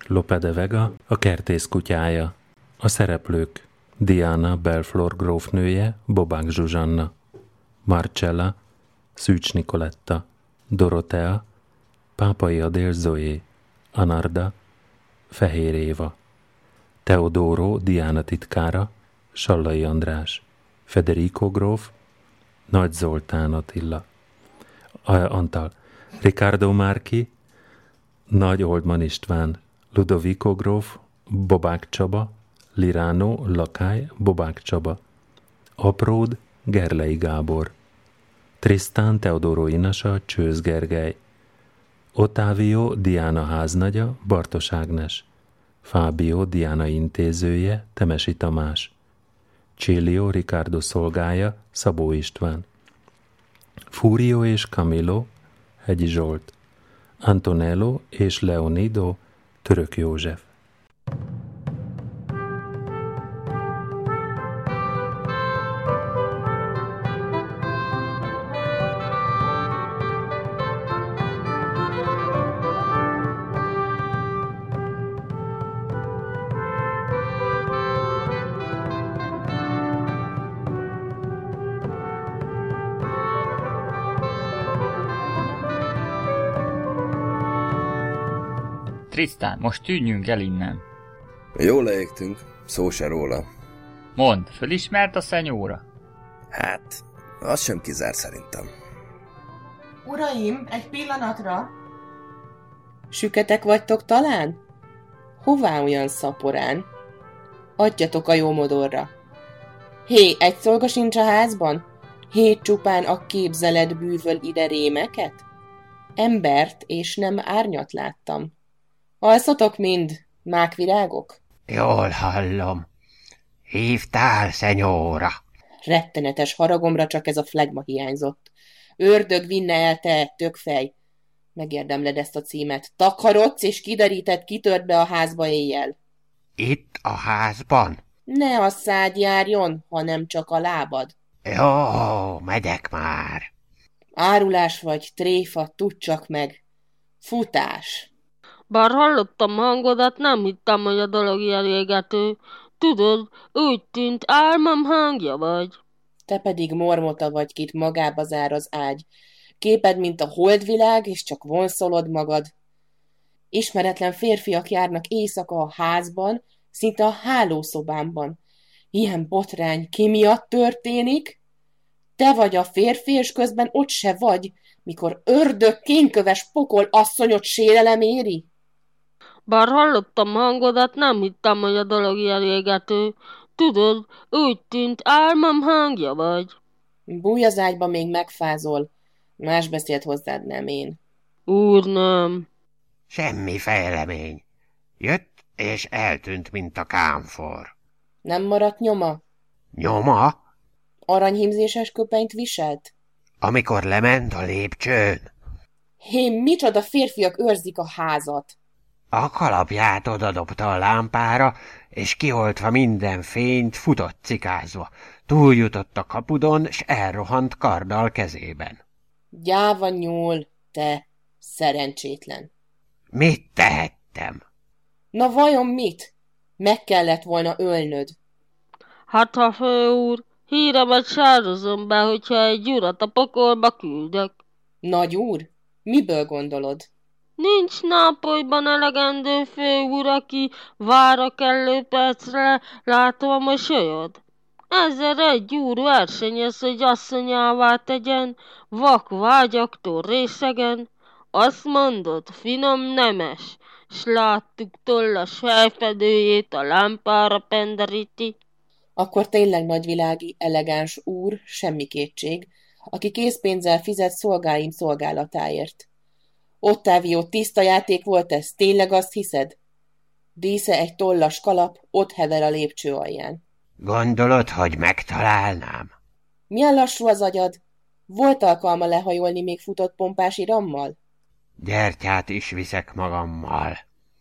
Lope de Vega a kertész kutyája. A szereplők: Diana Belflor grófnője, Bobák Zsuzsanna, Marcella, Szűcs Nikoletta, Dorotea, Pápai Adél Zoé, Anarda, Fehér Éva, Teodoro Diana titkára, Sallai András, Federico gróf, Nagy Zoltán Attila, Antal, Ricardo Márki, Nagy Oldman István, Ludovico gróf, Bobák Csaba, Liránó, Lakály, Bobák Csaba, Apród, Gerlei Gábor, Tristan Teodoro Inasa, Csőz Gergely, Otávio Diana háznagya, Bartos Ágnes, Fábio Diana intézője, Temesi Tamás, Célio Ricardo szolgája, Szabó István, Fúrio és Camilo, Hegyi Zsolt, Antonello és Leonido, Török József. Tristan, most tűnjünk el innen. Jól leégtünk, szó se róla. Mondd, fölismert a szenyóra? Hát, az sem kizár szerintem. Uraim, egy pillanatra! Süketek vagytok talán? Hová olyan szaporán? Adjatok a jó modorra. Hé, egy szolga sincs a házban? Hé, csupán a képzelet bűvöl ide rémeket? Embert és nem árnyat láttam. Alszotok mind, mákvirágok? Jól hallom. Hívtál, szenyóra? Rettenetes haragomra csak ez a flegma hiányzott. Ördög vinne el te, tökfej. Megérdemled ezt a címet. Takarodsz és kiderített, kitört be a házba éjjel. Itt a házban? Ne a szád járjon, hanem csak a lábad. Jó, megyek már. Árulás vagy, tréfa, tudd csak meg. Futás. Bár hallottam hangodat, nem hittem, hogy a dolog ilyen égető. Tudod, úgy tűnt, álmom hangja vagy. Te pedig mormota vagy, kit magába zár az ágy. Képed, mint a holdvilág, és csak vonszolod magad. Ismeretlen férfiak járnak éjszaka a házban, szinte a hálószobámban. Ilyen botrány ki miatt történik? Te vagy a férfi, és közben ott se vagy, mikor ördög kénköves pokol asszonyot sérelem éri? Bár hallottam hangodat, nem hittem, hogy a dolog ilyen égető. Tudod, úgy tűnt, álmom hangja vagy. Bújj az ágyba, még megfázol. Más beszélt hozzád, nem én. Úr, nem. Semmi fejlemény. Jött és eltűnt, mint a kámfor. Nem maradt nyoma? Nyoma? Aranyhímzéses köpenyt viselt? Amikor lement a lépcsőn. Hé, micsoda férfiak őrzik a házat? A kalapját odadobta a lámpára, és kioltva minden fényt futott cikázva. Túljutott a kapudon, s elrohant karddal kezében. Gyáva nyúl, te szerencsétlen. Mit tehettem? Na vajon mit? Meg kellett volna ölnöd. Hát ha főúr, híremet sározom be, hogyha egy urat a pokolba küldök. Nagy úr? Miből gondolod? Nincs Nápolyban elegendő főúr, aki vár a kellő percre, látva mosolyod? 1001 úr versenyez, hogy asszonyává tegyen, vak vágyaktól részegen. Azt mondod, finom nemes, s láttuk tollas felfedőjét a lámpára penderíti. Akkor tényleg nagyvilági, elegáns úr, semmi kétség, aki készpénzzel fizet szolgáim szolgálatáért. Ottávio, tiszta játék volt ez, tényleg azt hiszed? Dísze egy tollas kalap, ott hever a lépcső alján. Gondolod, hogy megtalálnám? Milyen lassú az agyad? Volt alkalma lehajolni még futott pompás irammal? Gyertyát is viszek magammal.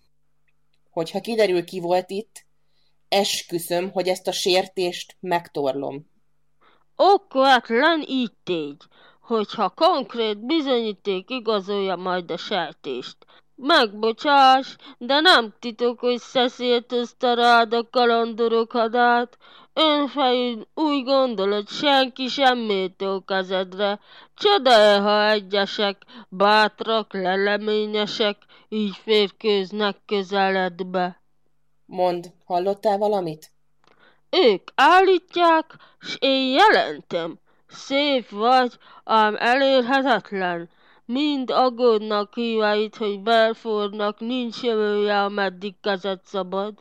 Hogyha kiderül, ki volt itt, esküszöm, hogy ezt a sértést megtorlom. Okvetlen így tégy, hogyha konkrét bizonyíték igazolja majd a sejtést. Megbocsáss, de nem titok, hogy szeszéltözte rád a kalandorok hadát. Önfejűn úgy gondolod, senki sem méltó kezedre. Csoda, ha egyesek, bátrak, leleményesek, így férkőznek közeledbe. Mond, hallottál valamit? Ők állítják, s én jelentem. Szép vagy, ám elérhetetlen. Mind aggódnak híváid, hogy Belfordnak nincs jövője, ameddig kezed szabad.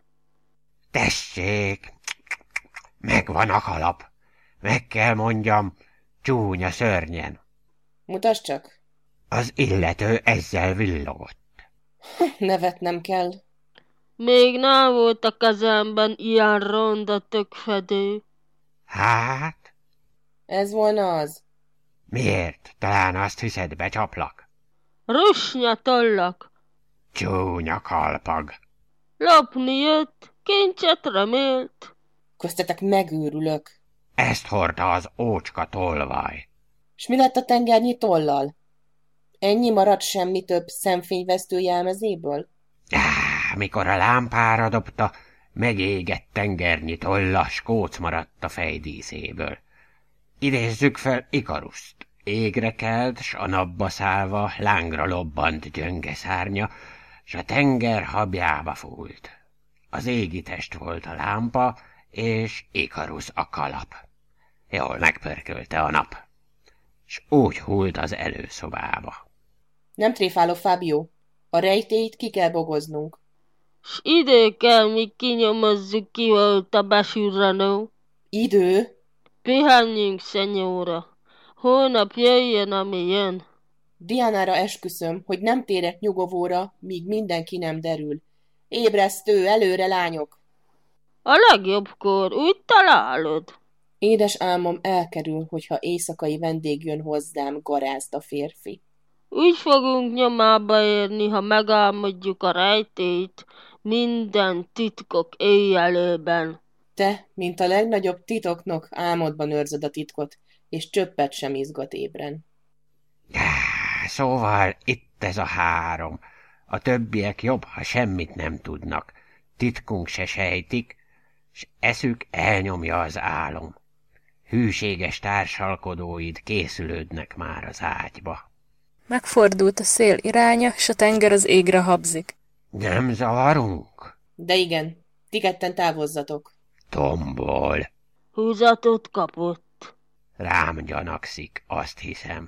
Tessék, megvan a kalap. Meg kell mondjam, csúnya szörnyen. Mutasd csak. Az illető ezzel villogott. Nevetnem kell. Még nem volt a kezemben ilyen ronda tökfedő. Hát, Ez volna az. miért? Talán azt hiszed, becsaplak? Rusnya tollak. Csúnya kalpag. Lopni jött, kincset remélt. Köztetek megőrülök. Ezt hordta az ócska tolvaj. S mi lett a tengernyi tollal? Ennyi maradt, semmi több szemfényvesztő jelmezéből? Mikor a lámpára dobta, megégett tengernyi tollas kóc maradt a fejdíszéből. Idézzük fel Ikaruszt. Égre kelt, s a napba szállva lángra lobbant gyönge szárnya, s a tenger habjába fújt. Az égi test volt a lámpa, és Ikarusz a kalap. Jól megpörkölte a nap, s úgy hult az előszobába. Nem tréfálok, Fábio. A rejtélyt ki kell bogoznunk. S idő kell, míg kinyomozzuk, ki volt a besürrenő. Idő? Pihenjünk, szenyóra. Holnap jöjjön, ami jön. Diánára esküszöm, hogy nem térek nyugovóra, míg mindenki nem derül. Ébresztő, előre, lányok! A legjobbkor, úgy találod. Édes álmom elkerül, hogyha éjszakai vendég jön hozzám, garázda férfi. Úgy fogunk nyomába érni, ha megálmodjuk a rejtélyt minden titkok éjjelében. Te, mint a legnagyobb titoknok, álmodban őrzöd a titkot, és csöppet sem izgat ébren. Szóval itt ez a három. A többiek jobb, ha semmit nem tudnak. Titkunk se sejtik, s eszük elnyomja az álom. Hűséges társalkodóid készülődnek már az ágyba. Megfordult a szél iránya, s a tenger az égre habzik. Nem zavarunk? De igen, ti ketten távozzatok. Tombol. Húzatot kapott. Rám gyanakszik, azt hiszem.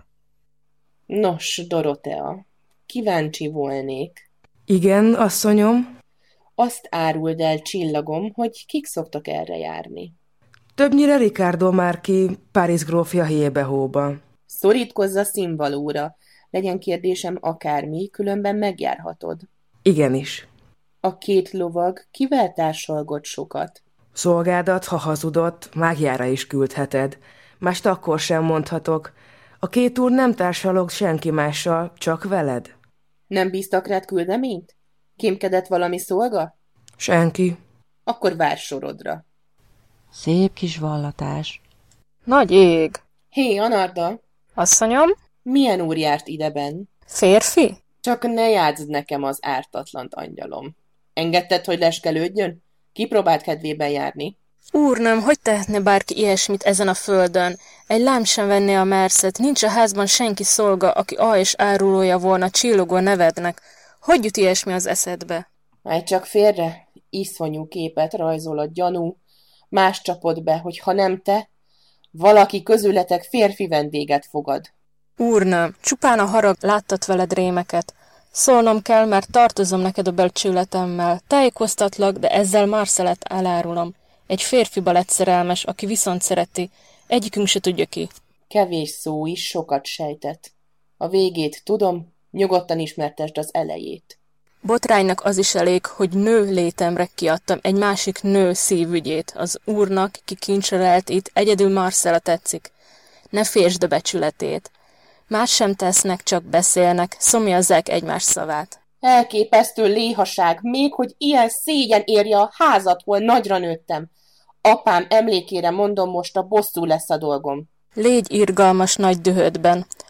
Nos, Dorotea, kíváncsi volnék. Igen, asszonyom. Azt áruld el, csillagom, hogy kik szoktak erre járni. Többnyire Ricardo Márki, Párizs grófja Héjebehóba. Szorítkozz a színvalóra. Legyen kérdésem akármi, különben megjárhatod. Igenis. A két lovag kivel társalgott sokat? Szolgádat, ha hazudott, mágjára is küldheted. Mást akkor sem mondhatok. A két úr nem társalog senki mással, csak veled. Nem bíztak rád küldeményt? Kémkedett valami szolga? Senki. Akkor várj sorodra. Szép kis vallatás. Nagy ég! Hé, Anarda! Asszonyom? Milyen úr járt ideben? Férfi? Csak ne játszd nekem az ártatlant angyalom. Engedted, hogy leskelődjön? Kipróbált kedvében járni? Úrnőm, hogy tehetne bárki ilyesmit ezen a földön? Egy lám sem venné a merszet, nincs a házban senki szolga, aki és árulója volna csillogó nevednek. Hogy jut ilyesmi az eszedbe? Állj csak félre, iszonyú képet rajzol a gyanú. Más csapod be, hogy ha nem te, valaki közületek férfi vendéget fogad. Úrnőm, csupán a harag láttat veled rémeket. Szólnom kell, mert tartozom neked a becsületemmel. Tájékoztatlak, de ezzel Marcelet elárulom. Egy férfiba lett szerelmes, aki viszont szereti. Egyikünk se tudja ki. Kevés szó is sokat sejtett. A végét tudom, nyugodtan ismertesd az elejét. Botránynak az is elég, hogy nő létemre kiadtam egy másik nő szívügyét. Az úrnak, ki kincsre lelt itt, egyedül Marcella tetszik. Ne fésd a becsületét. Más sem tesznek, csak beszélnek, szomjazzák egymás szavát. Elképesztő léhaság, még hogy ilyen szégyen érje a házat, hol nagyra nőttem. Apám emlékére mondom, most a bosszú lesz a dolgom. Légy irgalmas nagy dühödben.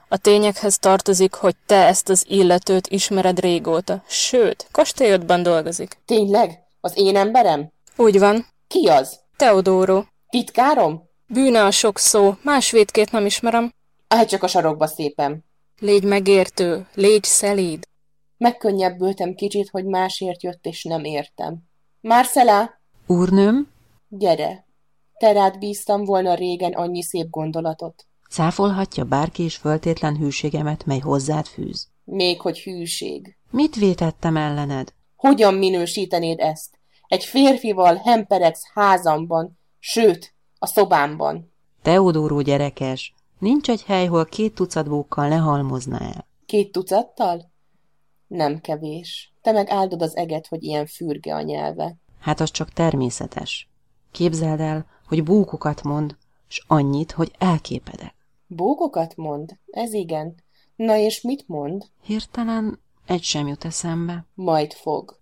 A tényekhez tartozik, hogy te ezt az illetőt ismered régóta, sőt, kastélyodban dolgozik. Tényleg? Az én emberem? Úgy van. Ki az? Teodoro. Titkárom? Bűne a sok szó, más vétkét nem ismerem. Állj csak a sarokba szépen. Légy megértő, légy szelíd. Megkönnyebbültem kicsit, hogy másért jött, és nem értem. Marcella! Úrnőm? Gyere. Te rád bíztam volna régen annyi szép gondolatot. Cáfolhatja bárki is föltétlen hűségemet, mely hozzád fűz. Még hogy hűség. Mit vétettem ellened? Hogyan minősítenéd ezt? Egy férfival hemperegsz házamban, sőt, a szobámban. Teodoro gyerekes, nincs egy hely, hol 2 tucat bókkal ne halmozna el. 2 tucattal? Nem kevés. Te meg áldod az eget, hogy ilyen fürge a nyelve. Hát az csak természetes. Képzeld el, hogy bókokat mond, s annyit, hogy elképedek. Bókokat mond? Ez igen. Na és mit mond? Hirtelen egy sem jut eszembe. Majd fog.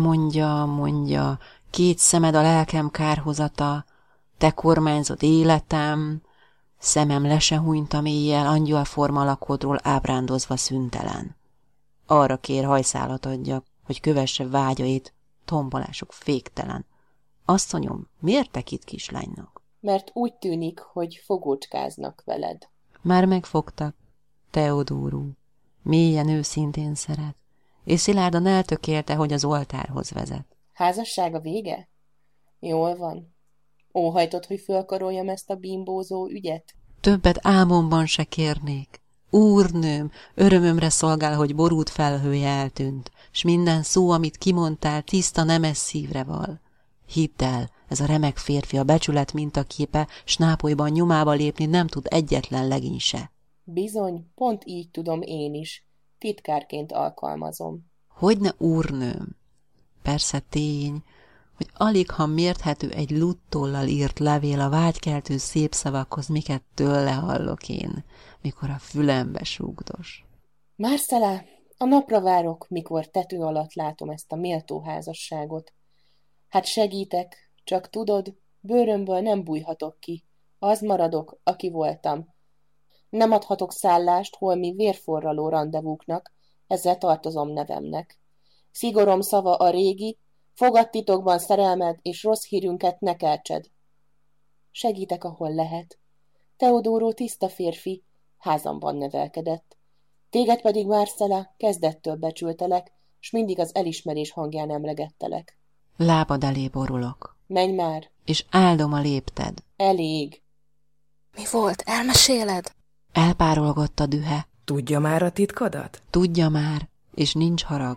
Mondja, 2 szemed a lelkem kárhozata, te kormányzod életem, szemem le se hunytam éjjel, angyalforma lakodról ábrándozva szüntelen. Arra kér hajszálat adjak, hogy kövesse vágyait, tombolások féktelen. Asszonyom, miért tekít kislánynak? Mert úgy tűnik, hogy fogócskáznak veled. Már megfogtak, Teodoro. Mélyen őszintén szeret, és szilárdan eltökélte, hogy az oltárhoz vezet. Házasság a vége? Jól van. Óhajtod, hogy fölkaroljam ezt a bimbózó ügyet? Többet álmomban se kérnék. Úrnőm, örömömre szolgál, hogy borút felhője eltűnt, s minden szó, amit kimondtál, tiszta nemes szívre val. Hidd el, ez a remek férfi a becsület mintaképe, s Nápolyban nyomába lépni nem tud egyetlen legény se. Bizony, pont így tudom én is. Titkárként alkalmazom. Hogyne, úrnőm? Persze tény, hogy alig ha mérthető egy luttollal írt levél a vágykeltő szép szavakhoz, miket tőle hallok én, mikor a fülembe súgdos. Marcella, a napra várok, mikor tető alatt látom ezt a méltó házasságot. Hát segítek, csak tudod, bőrömből nem bújhatok ki. Az maradok, aki voltam. Nem adhatok szállást holmi vérforraló randevúknak, ezzel tartozom nevemnek. Szigorom szava a régi, fogadd titokban szerelmed, és rossz hírünket ne keltsed. Segítek, ahol lehet. Teodoro tiszta férfi, házamban nevelkedett. Téged pedig, Marcella, kezdettől becsültelek, s mindig az elismerés hangján emlegettelek. Lábad elé borulok. Menj már. És áldom a lépted. Elég. Mi volt? Elmeséled? Elpárolgott a dühe. Tudja már a titkodat? Tudja már, és nincs harag.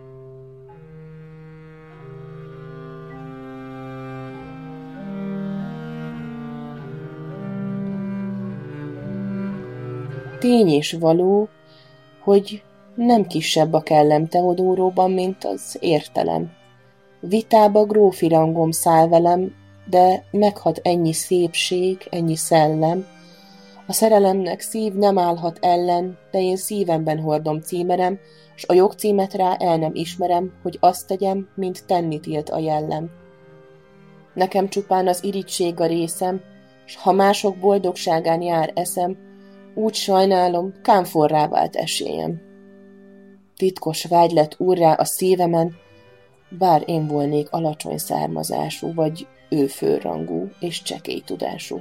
Tény és való, hogy nem kisebb a kellem Teodoróban, mint az értelem. Vitába grófi rangom száll velem, de meghat ennyi szépség, ennyi szellem. A szerelemnek szív nem állhat ellen, de én szívemben hordom címerem, s a jogcímet rá el nem ismerem, hogy azt tegyem, mint tenni tilt a jellem. Nekem csupán az irigység a részem, s ha mások boldogságán jár eszem, úgy sajnálom, kámforrá vált esélyem. Titkos vágy lett úrrá a szívemen, bár én volnék alacsony származású, vagy ő főrangú és csekély tudású.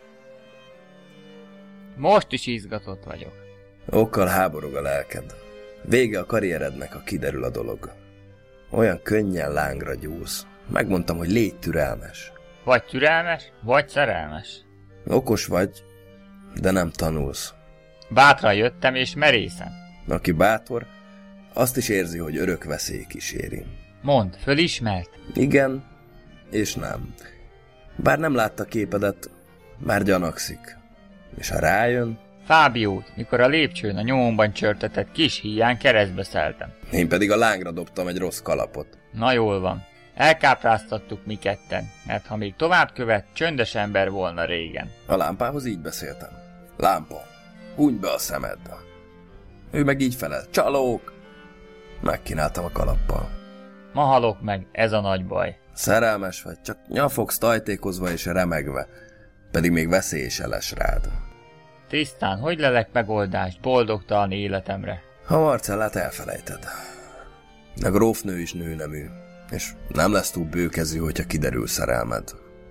Most is izgatott vagyok. Okkal háborog a lelked. Vége a karrierednek, ha kiderül a dolog. Olyan könnyen lángra gyúrsz. Megmondtam, hogy légy türelmes. Vagy türelmes, vagy szerelmes. Okos vagy, de nem tanulsz. Bátran jöttem és merészen. Aki bátor, azt is érzi, hogy örök veszély kíséri. Mondd, fölismert? Igen, és nem. Bár nem látta képedet, már gyanakszik. És ha rájön... Fábiót, mikor a lépcsőn a nyomomban csörtetett kis híján keresztbe szeltem. Én pedig a lángra dobtam egy rossz kalapot. Na jól van. Elkápráztattuk mi ketten, mert ha még tovább követ, csöndes ember volna régen. A lámpához így beszéltem. Lámpa, hunyd be a szemedbe. Ő meg így felelt. Csalók! Megkínáltam a kalappal. Ma halok meg, ez a nagy baj. Szerelmes vagy, csak nyafogsz tajtékozva és remegve, pedig még veszély se les rád. Tisztán, hogy lelek megoldást boldogtalan életemre? A Marcellát elfelejted. A grófnő is nőnemű, és nem lesz túl bőkezű, hogyha kiderül szerelmed.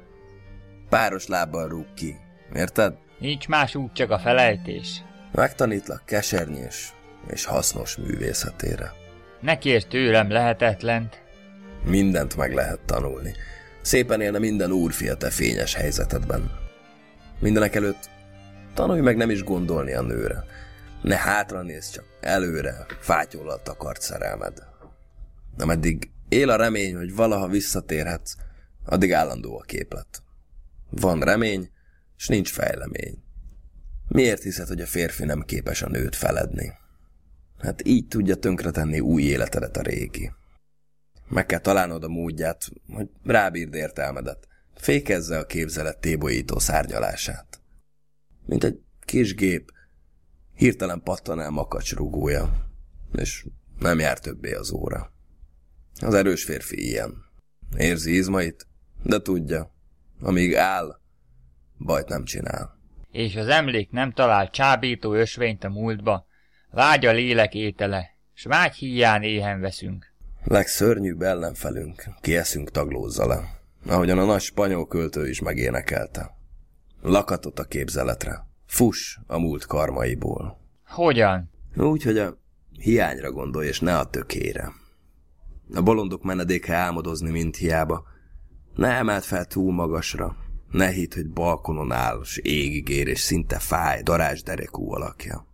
Páros lábbal rúg ki, érted? Nincs más út, csak a felejtés. Megtanítlak kesernyés és hasznos művészetére. Ne kérj tőlem lehetetlent. Mindent meg lehet tanulni. Szépen élne minden úrfia te fényes helyzetedben. Mindenekelőtt tanulj meg nem is gondolni a nőre. Ne hátra nézz, csak előre, fátyollal takart szerelmed. Ameddig él a remény, hogy valaha visszatérhetsz, addig állandó a képlet. Van remény, s nincs fejlemény. Miért hiszed, hogy a férfi nem képes a nőt feledni? Hát így tudja tönkretenni új életedet a régi. Meg kell találnod a módját, hogy rábírd értelmedet. Fékezze a képzelet tébolyító szárnyalását. Mint egy kis gép, hirtelen pattan el makacsrugója, és nem jár többé az óra. Az erős férfi ilyen. Érzi izmait, de tudja, amíg áll, bajt nem csinál. És az emlék nem talál csábító ösvényt a múltba, vágy a lélek étele, s vágy híján éhen veszünk. Legszörnyűbb ellenfelünk, kieszünk taglózza le, ahogyan a nagy spanyol költő is megénekelte. Lakatot a képzeletre, fuss a múlt karmaiból. Hogyan? Úgy, hogy a hiányra gondolj, és ne a tökére. A bolondok menedéke álmodozni mint hiába. Ne emeld fel túl magasra, ne hidd, hogy balkonon áll, s égig ér, és szinte fáj, darázs derekú alakja.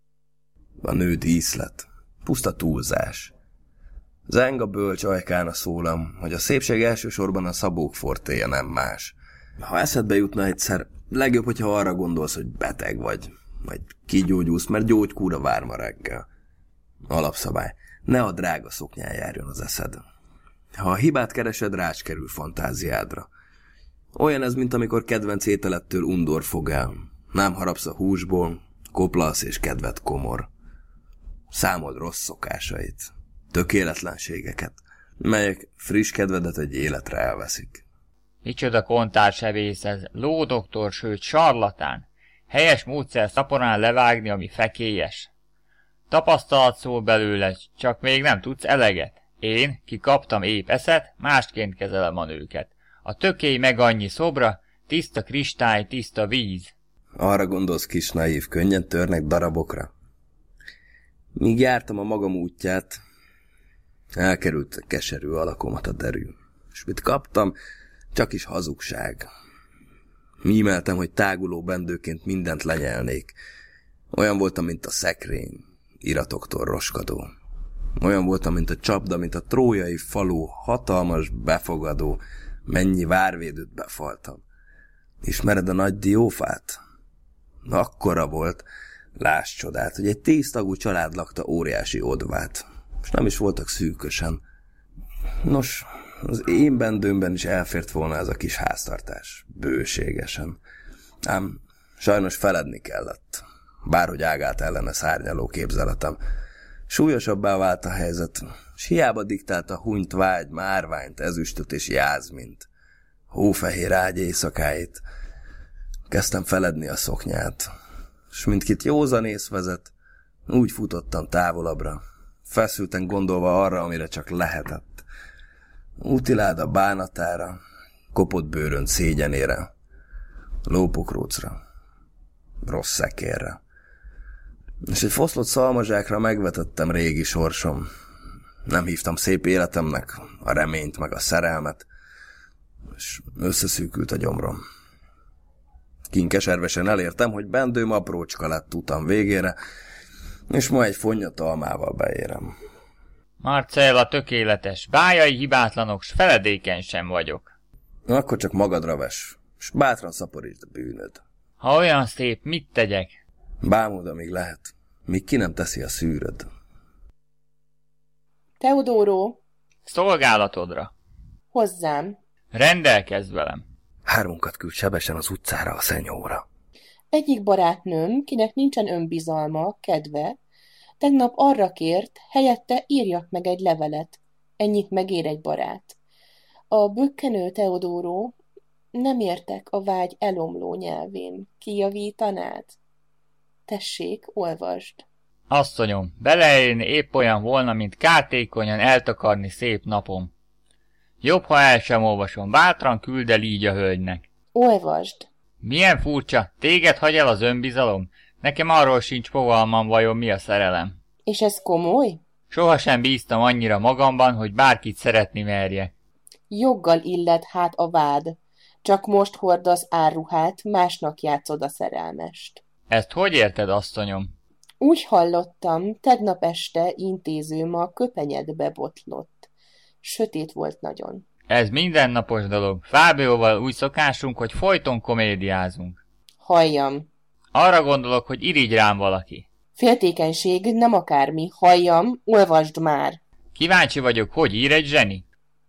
A nő díszlet, puszta túlzás. Zeng a bölcs ajkán a szólam, hogy a szépség elsősorban a szabók fortéja, nem más. Ha eszedbe jutna egyszer, legjobb, hogyha arra gondolsz, hogy beteg vagy kigyógyulsz, mert gyógykúra vár ma reggel. Alapszabály, ne a drága szoknyán járjon az eszed. Ha a hibát keresed, rács kerül fantáziádra. Olyan ez, mint amikor kedvenc ételettől undor fog el. Nem harapsz a húsból, koplalsz és kedved komor. Számold rossz szokásait, tökéletlenségeket, melyek friss kedvedet egy életre elveszik. Micsoda kontársebész ez, lódoktor, sőt sarlatán. Helyes módszer szaporán levágni, ami fekélyes. Tapasztalat szól belőle, csak még nem tudsz eleget. Én, ki kaptam épp eszet, másként kezelem a nőket. A tökély meg annyi szobra, tiszta kristály, tiszta víz. Arra gondolsz, kis naív, könnyen törnek darabokra? Míg jártam a magam útját, elkerült a keserű alakomat a derű. És mit kaptam, csak is hazugság. Mímeltem, hogy táguló bendőként mindent lenyelnék. Olyan voltam, mint a szekrény, iratoktól roskadó. Olyan voltam, mint a csapda, mint a trójai falu, hatalmas, befogadó, mennyi várvédőt befaltam. Ismered a nagy diófát? Akkora volt, láss csodát, hogy egy 10 tagú család lakta óriási odvát, és nem is voltak szűkösen. Nos, az én bendőmben is elfért volna ez a kis háztartás, bőségesen. Ám sajnos feledni kellett, bárhogy ágált ellene szárnyaló képzeletem. Súlyosabbá vált a helyzet, s hiába diktálta hunyt vágy, márványt, ezüstöt és jázmint. Hófehér ágy éjszakáit. Kezdtem feledni a szoknyát, s mindkit józanész vezet, úgy futottam távolabbra, feszülten gondolva arra, amire csak lehetett. Útiláda bánatára, kopott bőrön szégyenére, lópokrócra, rossz szekérre. És egy foszlott szalmazsákra megvetettem régi sorsom. Nem hívtam szép életemnek a reményt meg a szerelmet, és összeszűkült a gyomrom. Kinkeservesen elértem, hogy bendőm aprócska lett utam végére, és ma egy fonnyat almával beérem. Marcella tökéletes, bájai hibátlanok, s feledéken sem vagyok. Akkor csak magadra ves, s bátran szaporítsd a bűnöd. Ha olyan szép, mit tegyek? Bámuld, amíg lehet, míg ki nem teszi a szűröd. Teodoro! Szolgálatodra. Hozzám. Rendelkezz velem. 3 küld sebesen az utcára a szenyóra. Egyik barátnőm, kinek nincsen önbizalma, kedve, tegnap arra kért, helyette írjak meg egy levelet. Ennyit megér egy barát. A bökkenő Teodoro, nem értek a vágy elomló nyelvén. Kijavítanád? Tessék, olvasd. Asszonyom, beleélni épp olyan volna, mint kártékonyan eltakarni szép napom. Jobb, ha el sem olvasom, bátran küld el így a hölgynek. Olvasd. Milyen furcsa, téged hagy el az önbizalom? Nekem arról sincs fogalmam, vajon mi a szerelem. És ez komoly? Sohasem bíztam annyira magamban, hogy bárkit szeretni merjek. Joggal illet hát a vád. Csak most hordasz árruhát, másnak játszod a szerelmest. Ezt hogy érted, asszonyom? Úgy hallottam, tegnap este intézőm a köpenyedbe botlott. Sötét volt nagyon. Ez mindennapos dolog. Fábióval úgy szokásunk, hogy folyton komédiázunk. Halljam. Arra gondolok, hogy irigy rám valaki. Féltékenység, nem akármi. Halljam, olvasd már. Kíváncsi vagyok, hogy ír egy zseni.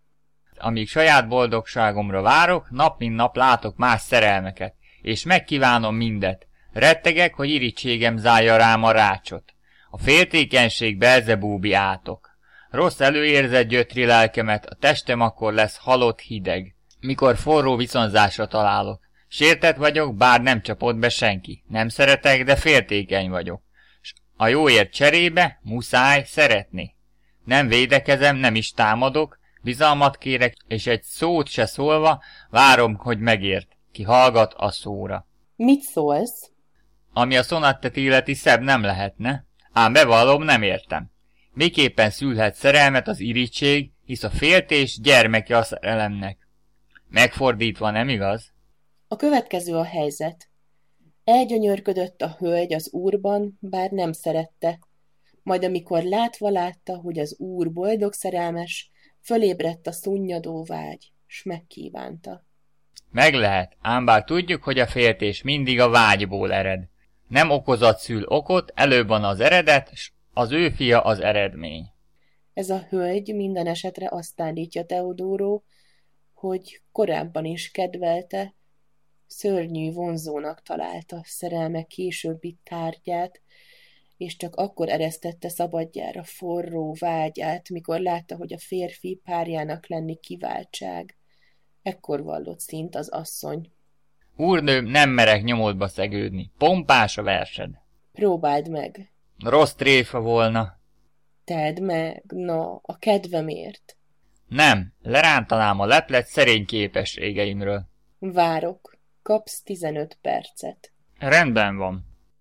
Amíg saját boldogságomra várok, nap mint nap látok más szerelmeket, és megkívánom mindet. Rettegek, hogy irítségem zárja rám a rácsot. A féltékenység Belzebúbi átok. Rossz előérzet gyötri lelkemet, a testem akkor lesz halott hideg, mikor forró viszonzásra találok. Sértett vagyok, bár nem csapott be senki. Nem szeretek, de féltékeny vagyok. S a jóért cserébe muszáj szeretni. Nem védekezem, nem is támadok, bizalmat kérek, és egy szót se szólva várom, hogy megért. Ki hallgat a szóra. Mit szólsz? Ami a szonattet illeti, szebb nem lehetne, ám bevallom, nem értem. Miképpen szülhet szerelmet az irigység, hisz a féltés gyermeke a szerelemnek. Megfordítva, nem igaz? A következő a helyzet. Elgyönyörködött a hölgy az úrban, bár nem szerette. Majd amikor látva látta, hogy az úr boldog szerelmes, fölébredt a szunnyadó vágy, s megkívánta. Meg lehet, ám bár tudjuk, hogy a féltés mindig a vágyból ered. Nem okozat szül okot, előbb van az eredet, s az ő fia az eredmény. Ez a hölgy minden esetre azt állítja Teodóró, hogy korábban is kedvelte, szörnyű vonzónak találta szerelme későbbi tárgyát, és csak akkor eresztette szabadjára forró vágyát, mikor látta, hogy a férfi párjának lenni kiváltság. Ekkor vallott szint az asszony. Úrnőm, nem merek nyomodba szegődni. Pompás a versed. Próbáld meg. Rossz tréfa volna. Tedd meg, na, a kedvemért. Nem, lerántanám a leplet szerény képességeimről. Várok. Kapsz 15 percet. Rendben van.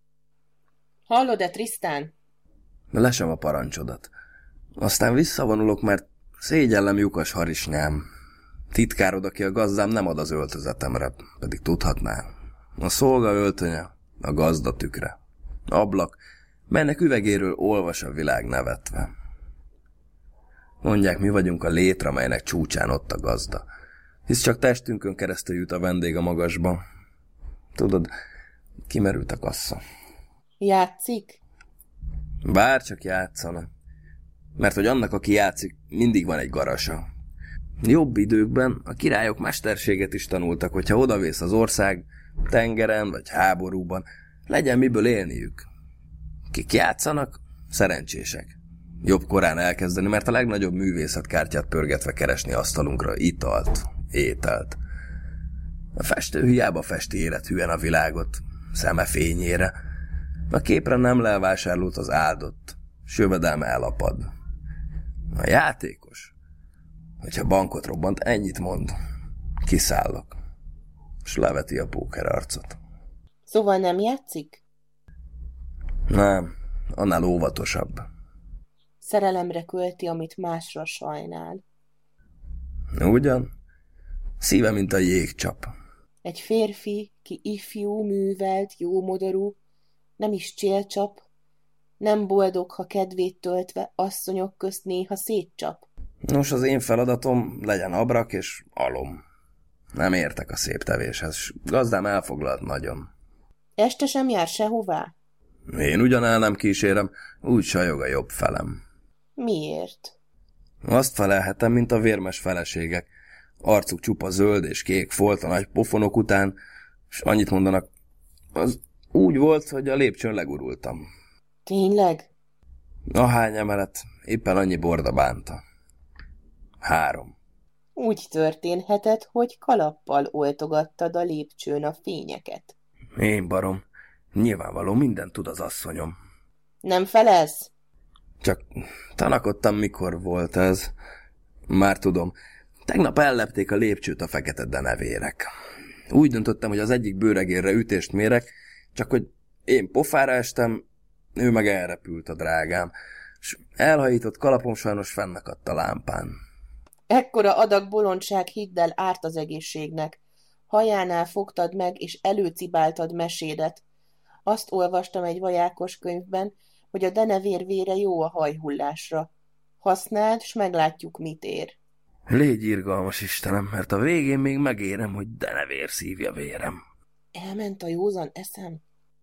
Hallod-e, Trisztán? Lesem a parancsodat. Aztán visszavonulok, mert szégyellem lyukas harisnyám. Titkárod, aki a gazdám, nem ad az öltözetemre, pedig tudhatná. A szolga öltönye, a gazda tükre. Ablak, melynek üvegéről olvas a világ nevetve. Mondják, mi vagyunk a létre, melynek csúcsán ott a gazda. Hisz csak testünkön keresztül jut a vendég a magasba. Tudod, kimerült a kassa. Játszik? Bárcsak játszana. Mert hogy annak, aki játszik, mindig van egy garasa. Jobb időkben a királyok mesterséget is tanultak, hogyha odavész az ország, tengeren vagy háborúban, legyen miből élniük. Kik játszanak, szerencsések. Jobb korán elkezdeni, mert a legnagyobb művészetkártyát pörgetve keresni asztalunkra italt, ételt. A festő hiába festi élethűen a világot, szeme fényére. A képre nem lelvásárlót az áldott, s jövedelme elapad. A játékos, hogyha bankot robbant, ennyit mond. Kiszállok, s leveti a póker arcot. Szóval nem játszik? Nem, annál óvatosabb. Szerelemre költi, amit másra sajnál. Ugyan? Szíve, mint a jégcsap. Egy férfi, ki ifjú, művelt, jómodorú, nem is csélcsap, nem boldog, ha kedvét töltve asszonyok közt néha szétcsap. Nos, az én feladatom legyen abrak és alom. Nem értek a szép tevéshez, s gazdám elfoglalt nagyon. Este sem jár sehová? Én ugyan el nem kísérem, úgy sajog a jobb felem. Miért? Azt felelhetem, mint a vérmes feleségek. Arcuk csupa zöld és kék folt a nagy pofonok után, és annyit mondanak, az úgy volt, hogy a lépcsőn legurultam. Tényleg? Ahány emelet, éppen annyi borda bánta. 3. Úgy történhetett, hogy kalappal oltogattad a lépcsőn a fényeket. Én barom. Nyilvánvaló, mindent tud az asszonyom. Nem felelsz? Csak tanakodtam, mikor volt ez. Már tudom. Tegnap ellepték a lépcsőt a fekete denevérek. Úgy döntöttem, hogy az egyik bőregérre ütést mérek, csak hogy én pofára estem, ő meg elrepült a drágám, és elhajított kalapom sajnos fennakadt a lámpán. Ekkora adag bolondság, hidd el, árt az egészségnek. Hajánál fogtad meg, és előcibáltad mesédet. Azt olvastam egy vajákos könyvben, hogy a denevér vére jó a hajhullásra. Használd, s meglátjuk, mit ér. Légy irgalmas, Istenem, mert a végén még megérem, hogy denevér szívja vérem. Elment a józan eszem?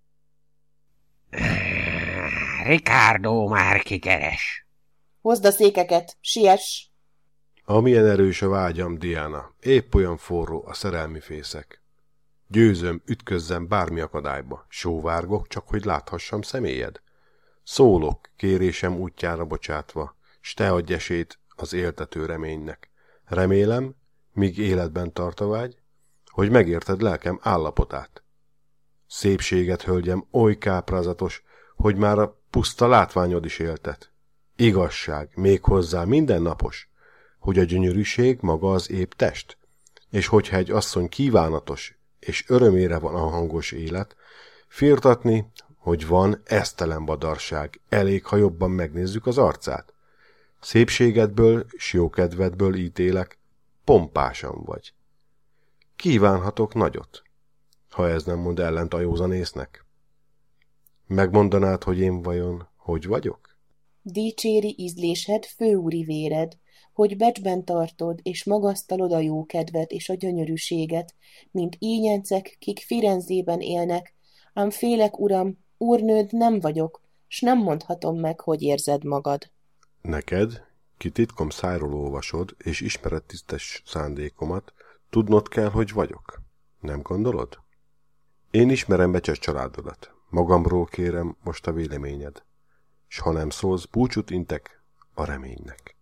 Ricardo már kikeres. Hozd a székeket, siess! Amilyen erős a vágyam, Diana, épp olyan forró a szerelmi fészek. Győzöm, ütközzem bármi akadályba, sóvárgok, csak hogy láthassam személyed. Szólok, kérésem útjára bocsátva, s te adj esélyt az éltető reménynek. Remélem, míg életben tart a vágy, hogy megérted lelkem állapotát. Szépséget, hölgyem, oly káprázatos, hogy már a puszta látványod is éltet. Igazság, méghozzá mindennapos, hogy a gyönyörűség maga az épp test, és hogyha egy asszony kívánatos, és örömére van a hangos élet, firtatni, hogy van esztelen badarság, elég, ha jobban megnézzük az arcát. Szépségedből s jókedvedből ítélek, pompásan vagy. Kívánhatok nagyot, ha ez nem mond ellent a józanésznek. Megmondanád, hogy én vajon hogy vagyok? Dicséri ízlésed, főúri véred, hogy becsben tartod, és magasztalod a jókedvet és a gyönyörűséget, mint ínyencek, kik Firenzében élnek, ám félek, uram, úrnőd nem vagyok, s nem mondhatom meg, hogy érzed magad. Neked, ki titkom szájról olvasod, és ismered tisztes szándékomat, tudnod kell, hogy vagyok. Nem gondolod? Én ismerem becses családodat. Magamról kérem most a véleményed. S ha nem szólsz, búcsút intek a reménynek.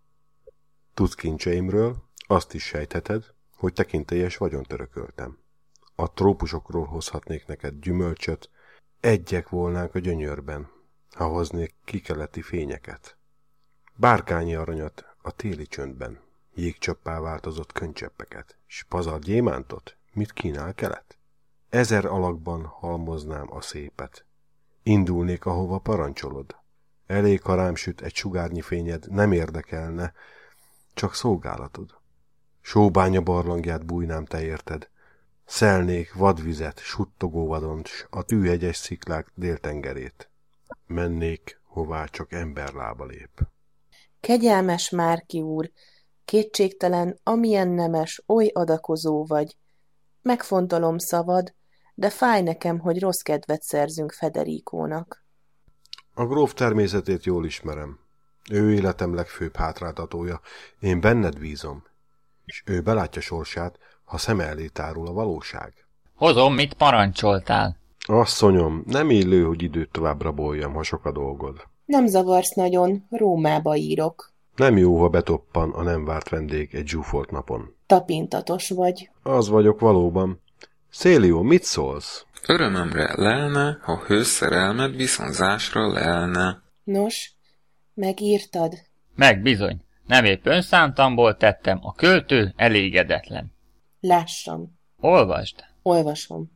Tudsz kincseimről, azt is sejtheted, hogy tekintélyes vagyont örököltem. A trópusokról hozhatnék neked gyümölcsöt, egyek volnánk a gyönyörben, ha hoznék kikeleti fényeket. Bárkányi aranyat a téli csöndben, jégcsöppá változott könycseppeket, s pazar gyémántot, mit kínál kelet? 1000 alakban halmoznám a szépet. Indulnék, ahova parancsolod. Elég, ha rám süt egy sugárnyi fényed, nem érdekelne, csak szolgálatod. Sóbánya barlangját bújnám, te érted. Szelnék vadvizet, suttogó vadont, s a tűhegyes sziklák déltengerét. Mennék, hová csak emberlába lép. Kegyelmes Márki úr, kétségtelen, amilyen nemes, oly adakozó vagy. Megfontolom szavad, de fáj nekem, hogy rossz kedvet szerzünk Federikónak. A gróf természetét jól ismerem. Ő életem legfőbb hátráltatója, én benned bízom, és ő belátja sorsát, ha szeme elé tárul a valóság. Hozom, mit parancsoltál? Asszonyom, nem illő, hogy időt tovább raboljam, ha sok a dolgod. Nem zavarsz nagyon, Rómába írok. Nem jó, ha betoppan a nem várt vendég egy zsúfolt napon. Tapintatos vagy. Az vagyok valóban. Célio, mit szólsz? Örömömre lelne, ha hőszerelmed viszonzásra lelne. Nos, megírtad? Meg bizony. Nem épp önszántamból tettem, a költő elégedetlen. Lássam. Olvasd. Olvasom.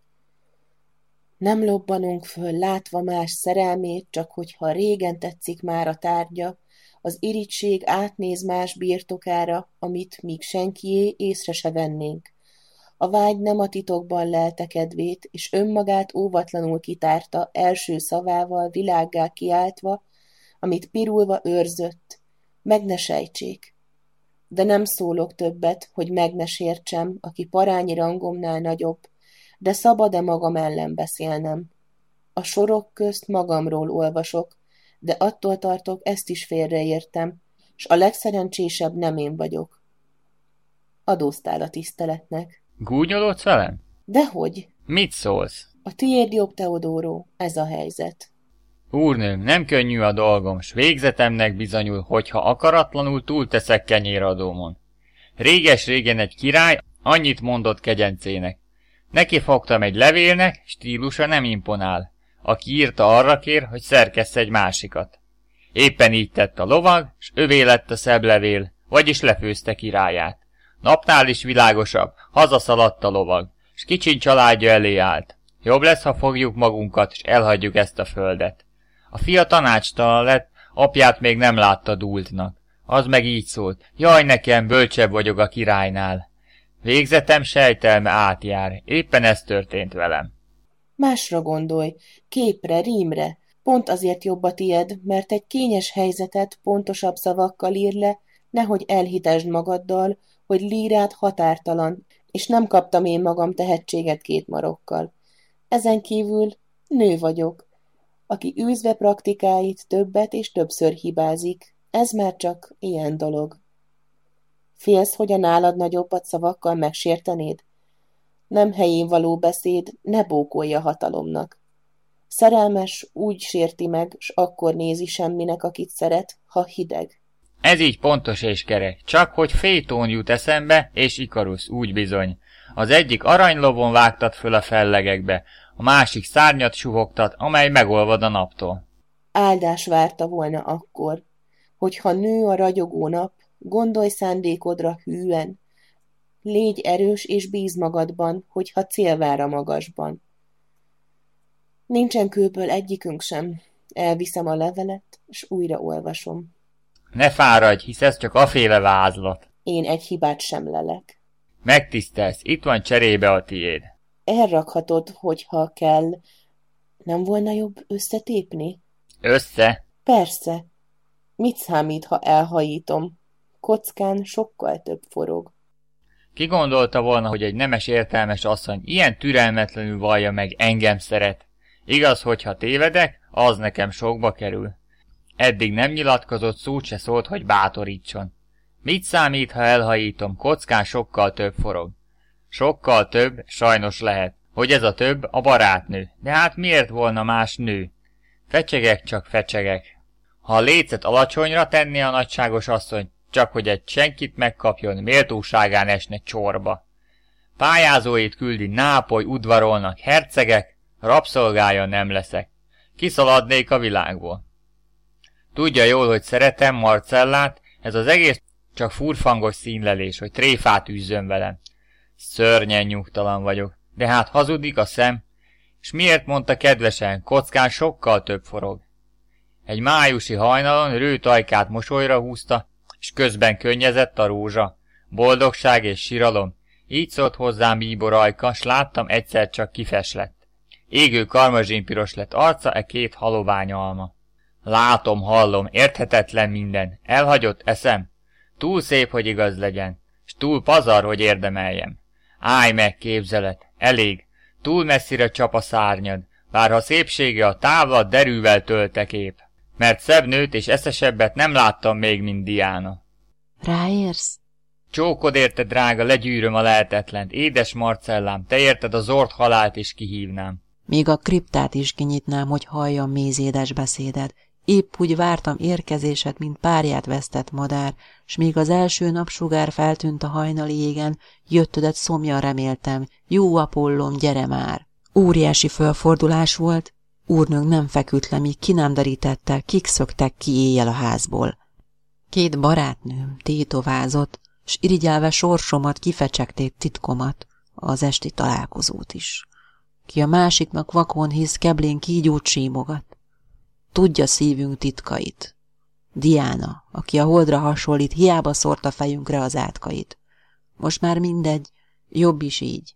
Nem lobbanunk föl, látva más szerelmét, csak hogyha régen tetszik már a tárgya, az irigység átnéz más birtokára, amit míg senkié észre se vennénk. A vágy nem a titokban lelte kedvét, és önmagát óvatlanul kitárta első szavával világgá kiáltva, amit pirulva őrzött. Meg ne sejtsék. De nem szólok többet, hogy meg ne sértsem, aki parányi rangomnál nagyobb, de szabad-e magam ellen beszélnem? A sorok közt magamról olvasok, de attól tartok, ezt is félreértem, s a legszerencsésebb nem én vagyok. Adóztál a tiszteletnek. Gúnyolodsz velem? Dehogy. Mit szólsz? A tiéd jobb, Teodoro, ez a helyzet. Úrnőm, nem könnyű a dolgom, s végzetemnek bizonyul, hogyha akaratlanul túlteszek kenyéradómon. Réges-régen egy király annyit mondott kegyencének. Neki fogtam egy levélnek, stílusa nem imponál. Aki írta, arra kér, hogy szerkessz egy másikat. Éppen így tett a lovag, s övé lett a szebb levél, vagyis lefőzte királyát. Napnál is világosabb, hazaszaladt a lovag, s kicsin családja elé állt. Jobb lesz, ha fogjuk magunkat, s elhagyjuk ezt a földet. A fia tanácstalan lett, apját még nem látta dúltnak. Az meg így szólt, jaj nekem, bölcsebb vagyok a királynál. Végzetem sejtelme átjár, éppen ez történt velem. Másra gondolj, képre, rímre. Pont azért jobb a tied, mert egy kényes helyzetet pontosabb szavakkal ír le, nehogy elhitesd magaddal, hogy lírád határtalan, és nem kaptam én magam tehetséget két marokkal. Ezen kívül nő vagyok, aki űzve praktikáit többet és többször hibázik. Ez már csak ilyen dolog. Félsz, hogy a nálad nagyobbat szavakkal megsértenéd? Nem helyén való beszéd, ne bókolj a hatalomnak. Szerelmes úgy sérti meg, s akkor nézi semminek, akit szeret, ha hideg. Ez így pontos és kerek, csak hogy Fétón jut eszembe, és Ikarusz, úgy bizony. Az egyik aranylovon vágtat föl a fellegekbe, a másik szárnyat suhogtat, amely megolvad a naptól. Áldás várta volna akkor, hogyha nő a ragyogó nap, gondolj szándékodra hűen. Légy erős és bíz magadban, hogyha cél vár a magasban. Nincsen kőből egyikünk sem. Elviszem a levelet, s újra olvasom. Ne fáradj, hisz ez csak aféle vázlat. Én egy hibát sem lelek. Megtisztelsz, itt van cserébe a tiéd. Elrakhatod, hogyha kell. Nem volna jobb összetépni? Össze? Persze. Mit számít, ha elhajítom? Kockán sokkal több forog. Ki gondolta volna, hogy egy nemes értelmes asszony ilyen türelmetlenül vallja meg, engem szeret? Igaz, hogyha tévedek, az nekem sokba kerül. Eddig nem nyilatkozott, szót se szólt, hogy bátorítson. Mit számít, ha elhajítom, kockán sokkal több forog? Sokkal több, sajnos lehet, hogy ez a több a barátnő, de hát miért volna más nő? Fecsegek, csak fecsegek. Ha a lécet alacsonyra tenné a nagyságos asszony, csak hogy egy senkit megkapjon, méltóságán esne csorba. Pályázóit küldi Nápoly udvarolnak hercegek, rabszolgája nem leszek. Kiszaladnék a világból. Tudja jól, hogy szeretem Marcellát, ez az egész csak furfangos színlelés, hogy tréfát űzzön velem. Szörnyen nyugtalan vagyok, de hát hazudik a szem, és miért mondta kedvesen, kockán sokkal több forog. Egy májusi hajnalon Rőt ajkát mosolyra húzta, és közben könnyezett a rózsa. Boldogság és siralom. Így szólt hozzám bíbor ajka, s láttam egyszer csak kifeslett. Égő karmazsinpiros lett arca e két halovány alma. Látom, hallom, érthetetlen minden. Elhagyott eszem. Túl szép, hogy igaz legyen, s túl pazar, hogy érdemeljem. Állj meg, képzelet, elég. Túl messzire csap a szárnyad, bár ha szépsége a távlat derűvel tölte kép. Mert szebb nőt és eszesebbet nem láttam még, mint Diana. Ráérsz? Csókod érte, drága, legyűröm a lehetetlent. Édes Marcellám, te érted, a zord halált is kihívnám. Még a kriptát is kinyitnám, hogy halljam mézédes beszéded. Épp úgy vártam érkezésed, mint párját vesztett madár, s míg az első napsugár feltűnt a hajnali égen, jöttödet szomjan reméltem. Jó Apollom, gyere már! Óriási fölfordulás volt, úrnőnk nem feküdt le, míg ki nem derítette, kik szöktek ki éjjel a házból. Két barátnőm tétovázott, s irigyelve sorsomat kifecsegték titkomat, az esti találkozót is. Ki a másiknak vakon hisz, keblén kígyót símogat. Tudja szívünk titkait. Diana, aki a holdra hasonlít, hiába szórta fejünkre az átkait. Most már mindegy, jobb is így.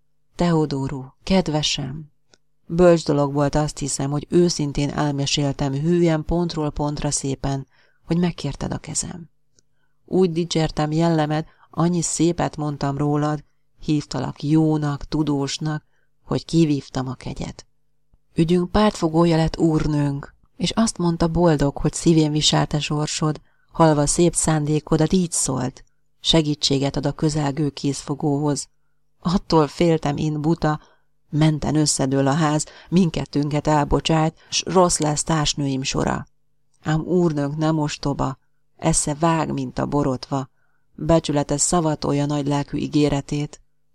Teodoro, kedvesem, bölcs dolog volt, azt hiszem, hogy őszintén elmeséltem hűen pontról pontra szépen, hogy megkérted a kezem. Úgy dicsértem jellemed, annyi szépet mondtam rólad, hívtalak jónak, tudósnak, hogy kivívtam a kegyet. Ügyünk pártfogója lett úrnőnk, és azt mondta boldog, hogy szívén viselte sorsod, halva szép szándékodat így szólt, segítséget ad a közelgő kézfogóhoz. Attól féltem én buta, menten összedől a ház, mindkettőnket elbocsát, s rossz lesz társnőim sora. Ám úrnőnk nem ostoba, esze vág, mint a borotva, becsületes szavatolja nagy lelkű ígéretét,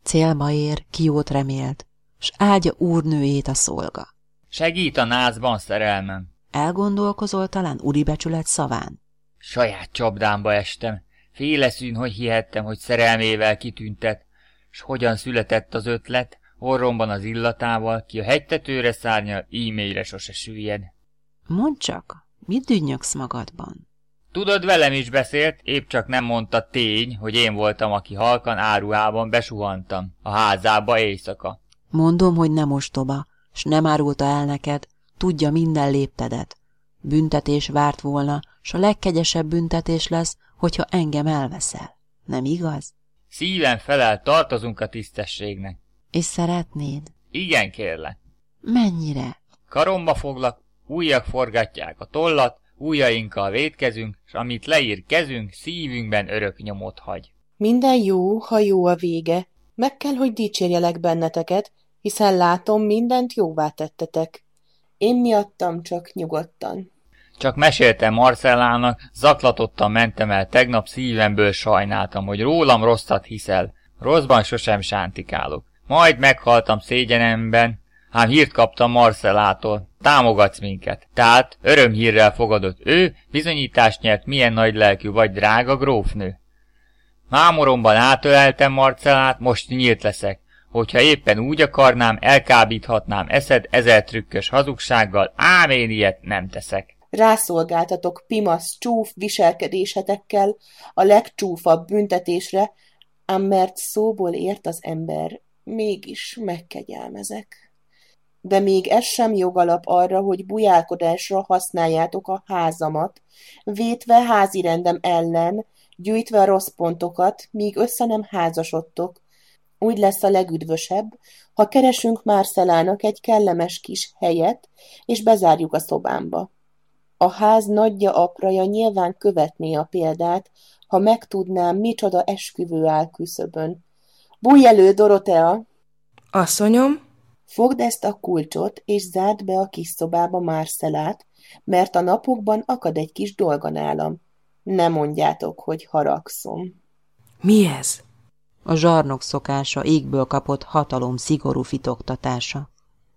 Célba ér, kiót remélt, s áldja úrnőjét a szolga. Segít a názban, szerelmem. Elgondolkozol talán úribecsület szaván? Saját csapdámba estem. Féleszűn, hogy hihettem, hogy szerelmével kitüntet, s hogyan született az ötlet, orromban az illatával, ki a hegytetőre szárnyal, e-mailre sose süllyed. Mondd csak, mit dünnyögsz magadban? Tudod, velem is beszélt, épp csak nem mondta tény, hogy én voltam, aki halkan áruhában besuhantam a házába éjszaka. Mondom, hogy nem ostoba, s nem árulta el neked, tudja minden léptedet. Büntetés várt volna, s a legkegyesebb büntetés lesz, hogyha engem elveszel. Nem igaz? Szíven felel, tartozunk a tisztességnek. És szeretnéd? Igen, kérlek. Mennyire? Karomba foglak, ujjak forgatják a tollat, ujjainkkal vétkezünk, s amit leír kezünk, szívünkben örök nyomot hagy. Minden jó, ha jó a vége. Meg kell, hogy dicsérjelek benneteket, hiszen látom, mindent jóvá tettetek. Én miattam csak nyugodtan. Csak meséltem Marcellának, zaklatottan mentem el tegnap, szívemből sajnáltam, hogy rólam rosszat hiszel. Rosszban sosem sántikálok. Majd meghaltam szégyenemben, ám hírt kaptam Marcellától. Támogatsz minket. Tehát örömhírrel fogadott ő, bizonyítást nyert, milyen nagy lelkű vagy, drága grófnő. Mámoromban átöleltem Marcellát, most nyílt leszek. Hogyha éppen úgy akarnám, elkábíthatnám eszed 1000 trükkös hazugsággal, ám én ilyet nem teszek. Rászolgáltatok pimasz csúf viselkedésetekkel a legcsúfabb büntetésre, ám mert szóból ért az ember, mégis megkegyelmezek. De még ez sem jogalap arra, hogy bujálkodásra használjátok a házamat, vétve házirendem ellen, gyűjtve a rossz pontokat, míg össze nem házasodtok. Úgy lesz a legüdvösebb, ha keresünk Marcellának egy kellemes kis helyet, és bezárjuk a szobámba. A ház nagyja apraja nyilván követné a példát, ha megtudnám, micsoda esküvő áll küszöbön. Bújj elő, Dorotea! Asszonyom? Fogd ezt a kulcsot, és zárd be a kis szobába Marcellát, mert a napokban akad egy kis dolga nálam. Ne mondjátok, hogy haragszom. Mi ez? A zsarnok szokása, égből kapott hatalom szigorú fitoktatása.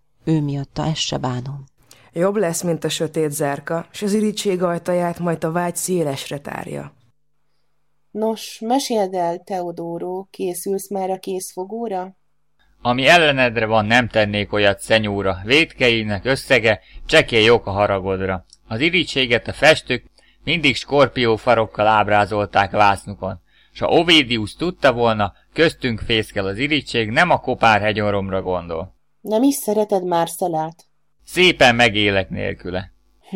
Ő miatta ezt se bánom. Jobb lesz, mint a sötét zárka, s az irigység ajtaját majd a vágy szélesre tárja. Nos, meséld el, Teodoro, készülsz már a készfogóra? Ami ellenedre van, nem tennék olyat, szenyóra. Vétkeinek összege csekély ok a haragodra. Az irítséget a festők mindig skorpió farokkal ábrázolták vásznukon. S ha Ovidius tudta volna, köztünk fészkel az irítség, nem a kopár hegyoromra gondol. Nem is szereted Marcellát? Szépen megélek nélküle.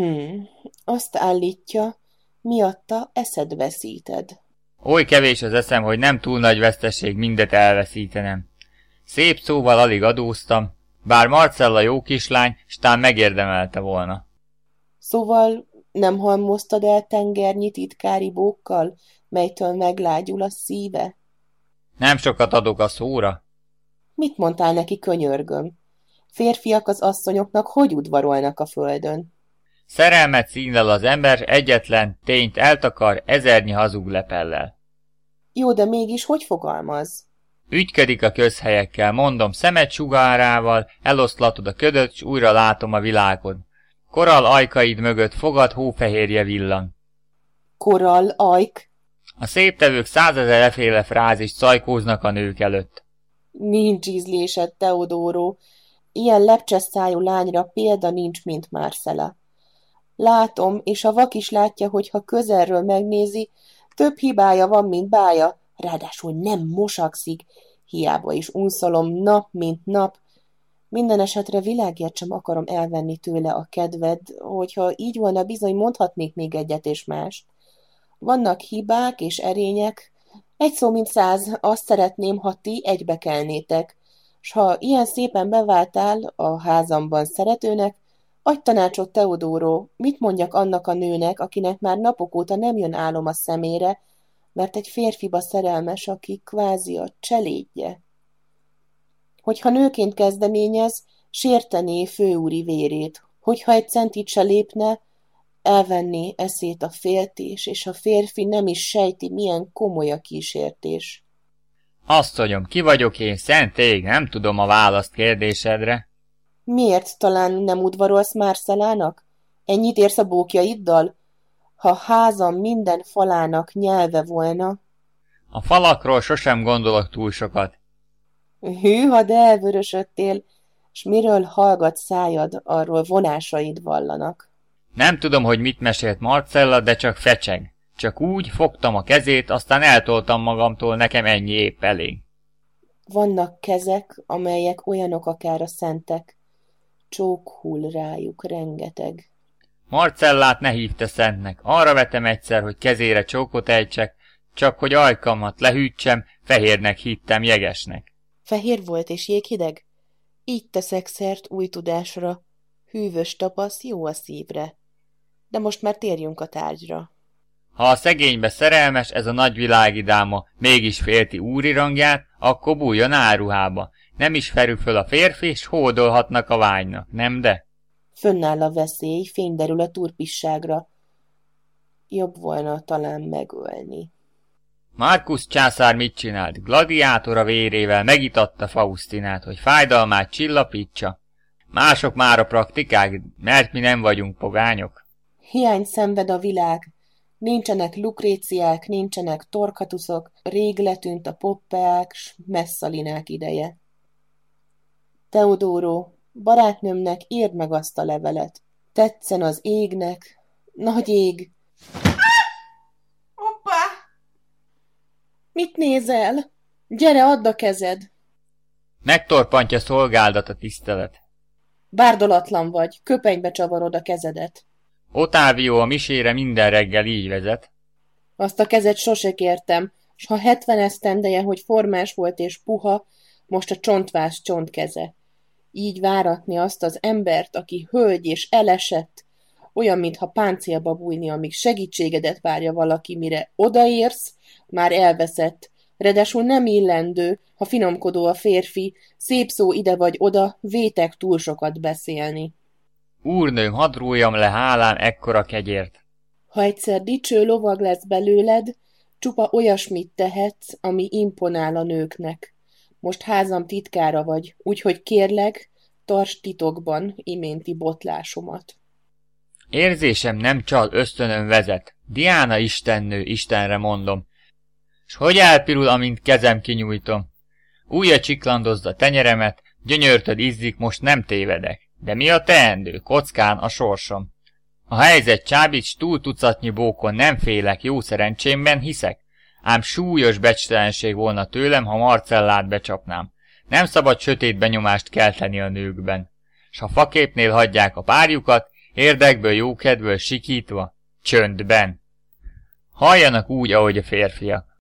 Azt állítja, miatta eszed veszíted. Oly kevés az eszem, hogy nem túl nagy veszteség mindet elveszítenem. Szép szóval alig adóztam, bár Marcella jó kislány, s tán megérdemelte volna. Szóval nem halmoztad el tengernyi titkári bókkal, melytől meglágyul a szíve? Nem sokat adok a szóra. Mit mondtál neki, könyörgöm? Férfiak az asszonyoknak hogy udvarolnak a földön? Szerelmet színlel az ember, egyetlen tényt eltakar 1000 hazug lepellel. Jó, de mégis hogy fogalmaz? Ügyködik a közhelyekkel, mondom, szemed sugárával, eloszlatod a ködöt, s újra látom a világod. Korall ajkaid mögött fogad hófehérje villan. Korall ajk? A széptevők 100 000 eféle frázist szajkóznak a nők előtt. Nincs ízlésed, Teodoro. Ilyen lepcseszájú lányra példa nincs, mint Marcella. Látom, és a vak is látja, hogy ha közelről megnézi, több hibája van, mint bája, ráadásul nem mosakszik, hiába is unszolom nap, mint nap. Minden esetre világért sem akarom elvenni tőle a kedved, hogyha így volna, bizony mondhatnék még egyet és mást. Vannak hibák és erények, egy szó mint 100, azt szeretném, ha ti egybekelnétek, s ha ilyen szépen beváltál a házamban szeretőnek, adj tanácsot, Teodoro, mit mondjak annak a nőnek, akinek már napok óta nem jön álom a szemére, mert egy férfiba szerelmes, aki kvázi a cselédje. Hogyha nőként kezdeményez, sértené főúri vérét, hogyha egy centit se lépne, elvenné eszét a féltés, és a férfi nem is sejti, milyen komoly a kísértés. Asszonyom, ki vagyok én, szent ég, nem tudom a választ kérdésedre. Miért talán nem udvarolsz Marcellának? Ennyit érsz a bókjaiddal? Ha házam minden falának nyelve volna. A falakról sosem gondolok túl sokat. Hűha, de elvörösödtél, s miről hallgat szájad, arról vonásaid vallanak. Nem tudom, hogy mit mesélt Marcella, de csak fecseg. Csak úgy fogtam a kezét, aztán eltoltam magamtól, nekem ennyi épp elég. Vannak kezek, amelyek olyanok akár a szentek. Csók hull rájuk rengeteg. Marcellát ne hívta szentnek. Arra vetem egyszer, hogy kezére csókot ejtsek, csak hogy ajkamat lehűtsem, fehérnek hittem jegesnek. Fehér volt és jéghideg? Így teszek szert új tudásra. Hűvös tapasz jó a szívre. De most már térjünk a tárgyra. Ha a szegénybe szerelmes ez a nagyvilági dáma mégis félti úri rangját, akkor bújjon áruhába. Nem is ferül föl a férfi, s hódolhatnak a vágynak, nem de? Fönnáll a veszély, fény derül a turpisságra. Jobb volna talán megölni. Markus császár mit csinált? Gladiátora vérével megitatta Faustinát, hogy fájdalmát csillapítsa. Mások már a praktikák, mert mi nem vagyunk pogányok. Hiány szenved a világ. Nincsenek lukréciák, nincsenek torkatuszok, rég letűnt a poppeák, s messzalinák ideje. Teodóró, barátnőmnek írd meg azt a levelet. Tetszen az égnek, nagy ég. Hoppá! Mit nézel? Gyere, add a kezed! Megtorpantja szolgáldat a tisztelet. Bárdolatlan vagy, köpenybe csavarod a kezedet. Otávio a misére minden reggel így vezet. Azt a kezet sose kértem, s ha 70 esztendeje, hogy formás volt és puha, most a csontvász csontkeze. Így váratni azt az embert, aki hölgy és elesett, olyan, mintha páncélba bújni, amíg segítségedet várja valaki, mire odaérsz, már elveszett. Redesül nem illendő, ha finomkodó a férfi, szép szó ide vagy oda, vétek túl sokat beszélni. Úrnőm, hadd rójam le hálám ekkora kegyért. Ha egyszer dicső lovag lesz belőled, csupa olyasmit tehetsz, ami imponál a nőknek. Most házam titkára vagy, úgyhogy kérlek, tartsd titokban iménti botlásomat. Érzésem nem csal, ösztönöm vezet. Diana istennő, Istenre mondom. S hogy elpirul, amint kezem kinyújtom? Újja csiklandozd a tenyeremet, gyönyörtöd izzik, most nem tévedek. De mi a teendő? Kockán a sorsom. A helyzet csábíts, túl tucatnyi bókon nem félek, jó szerencsémben hiszek. Ám súlyos becstelenség volna tőlem, ha Marcellát becsapnám. Nem szabad sötét benyomást kelteni a nőkben. S ha faképnél hagyják a párjukat, érdekből, jókedvből sikítva, csöndben. Halljanak úgy, ahogy a férfiak.